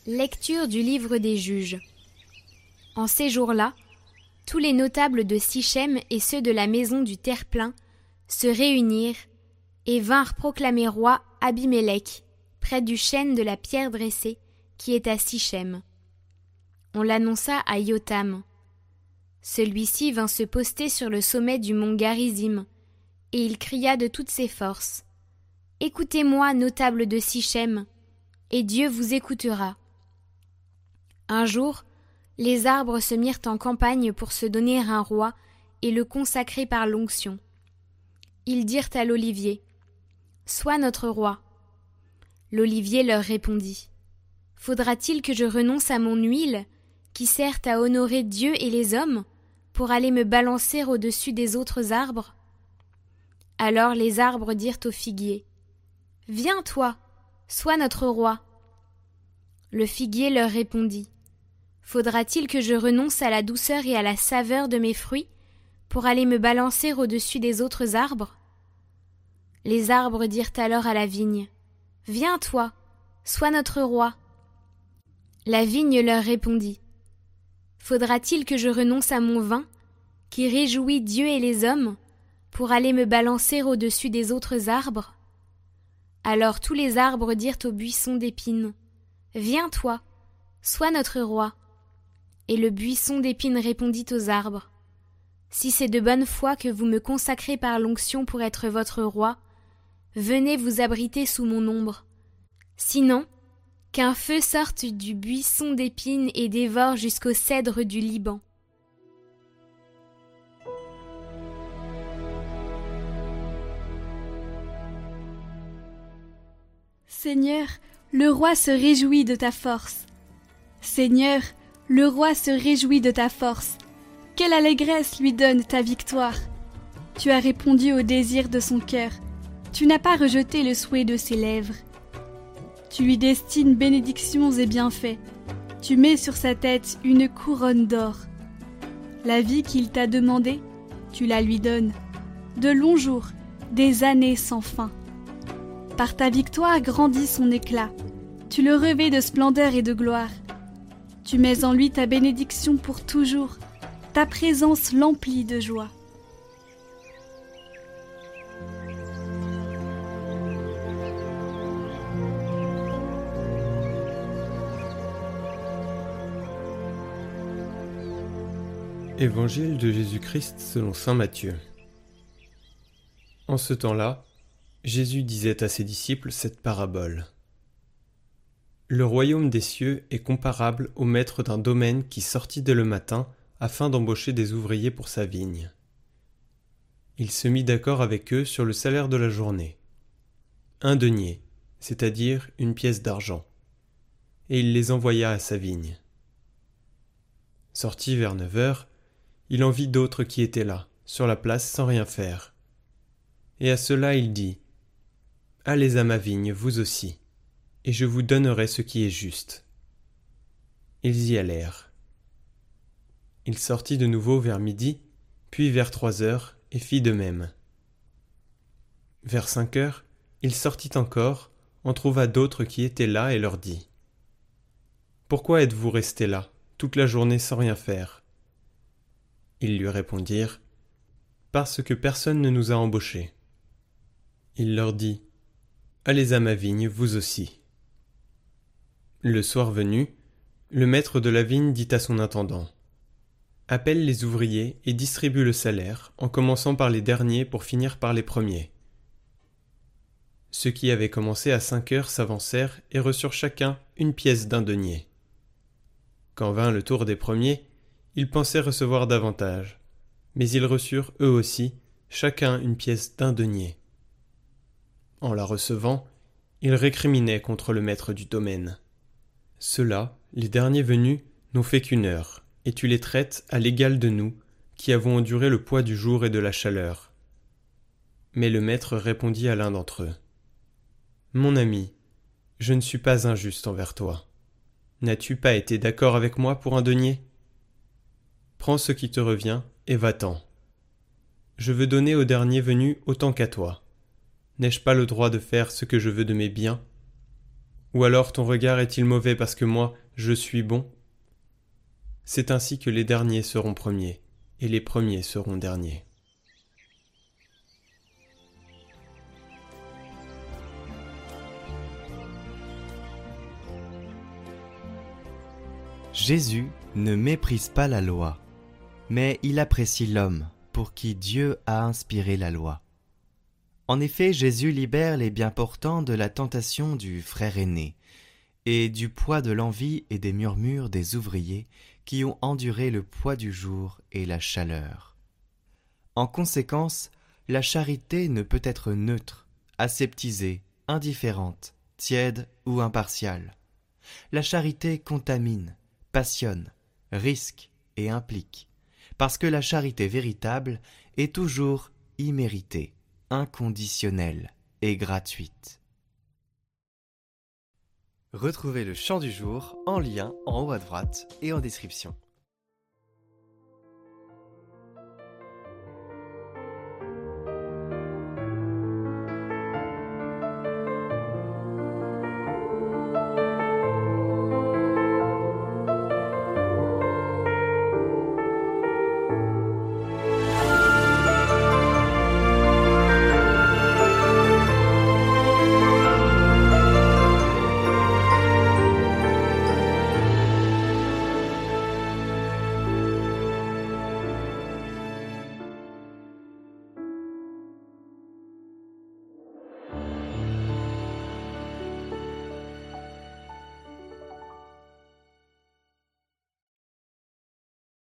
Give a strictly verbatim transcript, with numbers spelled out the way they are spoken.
Lecture du livre des Juges. En ces jours-là, tous les notables de Sichem et ceux de la maison du terre-plein se réunirent et vinrent proclamer roi Abimélec, près du chêne de la pierre dressée, qui est à Sichem. On l'annonça à Yotam. Celui-ci vint se poster sur le sommet du mont Garizim, et il cria de toutes ses forces. « Écoutez-moi, notables de Sichem, et Dieu vous écoutera. » Un jour, les arbres se mirent en campagne pour se donner un roi et le consacrer par l'onction. Ils dirent à l'olivier, « Sois notre roi. » L'olivier leur répondit, « Faudra-t-il que je renonce à mon huile, qui sert à honorer Dieu et les hommes, pour aller me balancer au-dessus des autres arbres ?» Alors les arbres dirent au figuier, « Viens, toi, sois notre roi. » Le figuier leur répondit, « Faudra-t-il que je renonce à la douceur et à la saveur de mes fruits pour aller me balancer au-dessus des autres arbres ?» Les arbres dirent alors à la vigne, « Viens, toi, sois notre roi. » La vigne leur répondit, « Faudra-t-il que je renonce à mon vin, qui réjouit Dieu et les hommes, pour aller me balancer au-dessus des autres arbres ?» Alors tous les arbres dirent au buisson d'épines, « Viens, toi, sois notre roi. » Et le buisson d'épines répondit aux arbres, « Si c'est de bonne foi que vous me consacrez par l'onction pour être votre roi, venez vous abriter sous mon ombre. Sinon, qu'un feu sorte du buisson d'épines et dévore jusqu'au cèdre du Liban. » Seigneur, le roi se réjouit de ta force. Seigneur, le roi se réjouit de ta force. Quelle allégresse lui donne ta victoire. Tu as répondu au désir de son cœur. Tu n'as pas rejeté le souhait de ses lèvres. Tu lui destines bénédictions et bienfaits. Tu mets sur sa tête une couronne d'or. La vie qu'il t'a demandée, tu la lui donnes. De longs jours, des années sans fin. Par ta victoire grandit son éclat. Tu le revêts de splendeur et de gloire. Tu mets en lui ta bénédiction pour toujours. Ta présence l'emplit de joie. Évangile de Jésus-Christ selon saint Matthieu. En ce temps-là, Jésus disait à ses disciples cette parabole. Le royaume des cieux est comparable au maître d'un domaine qui sortit dès le matin afin d'embaucher des ouvriers pour sa vigne. Il se mit d'accord avec eux sur le salaire de la journée. Un denier, c'est-à-dire une pièce d'argent, et il les envoya à sa vigne. Sorti vers neuf heures, il en vit d'autres qui étaient là, sur la place sans rien faire. Et à ceux-là il dit, « Allez à ma vigne, vous aussi, et je vous donnerai ce qui est juste. » Ils y allèrent. Il sortit de nouveau vers midi, puis vers trois heures, et fit de même. Vers cinq heures, il sortit encore, en trouva d'autres qui étaient là et leur dit, « Pourquoi êtes-vous restés là, toute la journée sans rien faire ?» Ils lui répondirent, « Parce que personne ne nous a embauchés. » Il leur dit, « Allez à ma vigne, vous aussi. » Le soir venu, le maître de la vigne dit à son intendant, « Appelle les ouvriers et distribue le salaire, en commençant par les derniers pour finir par les premiers. » Ceux qui avaient commencé à cinq heures s'avancèrent et reçurent chacun une pièce d'un denier. Quand vint le tour des premiers, ils pensaient recevoir davantage, mais ils reçurent eux aussi, chacun une pièce d'un denier. En la recevant, ils récriminaient contre le maître du domaine. Ceux-là, les derniers venus, n'ont fait qu'une heure, et tu les traites à l'égal de nous, qui avons enduré le poids du jour et de la chaleur. Mais le maître répondit à l'un d'entre eux, « Mon ami, je ne suis pas injuste envers toi. N'as-tu pas été d'accord avec moi pour un denier ? Prends ce qui te revient et va-t'en. Je veux donner au dernier venu autant qu'à toi. N'ai-je pas le droit de faire ce que je veux de mes biens ? Ou alors ton regard est-il mauvais parce que moi, je suis bon? C'est ainsi que les derniers seront premiers, et les premiers seront derniers. Jésus ne méprise pas la loi, mais il apprécie l'homme pour qui Dieu a inspiré la loi. En effet, Jésus libère les bien-portants de la tentation du frère aîné et du poids de l'envie et des murmures des ouvriers qui ont enduré le poids du jour et la chaleur. En conséquence, la charité ne peut être neutre, aseptisée, indifférente, tiède ou impartiale. La charité contamine, passionne, risque et implique, parce que la charité véritable est toujours imméritée, inconditionnelle et gratuite. Retrouvez le chant du jour en lien en haut à droite et en description.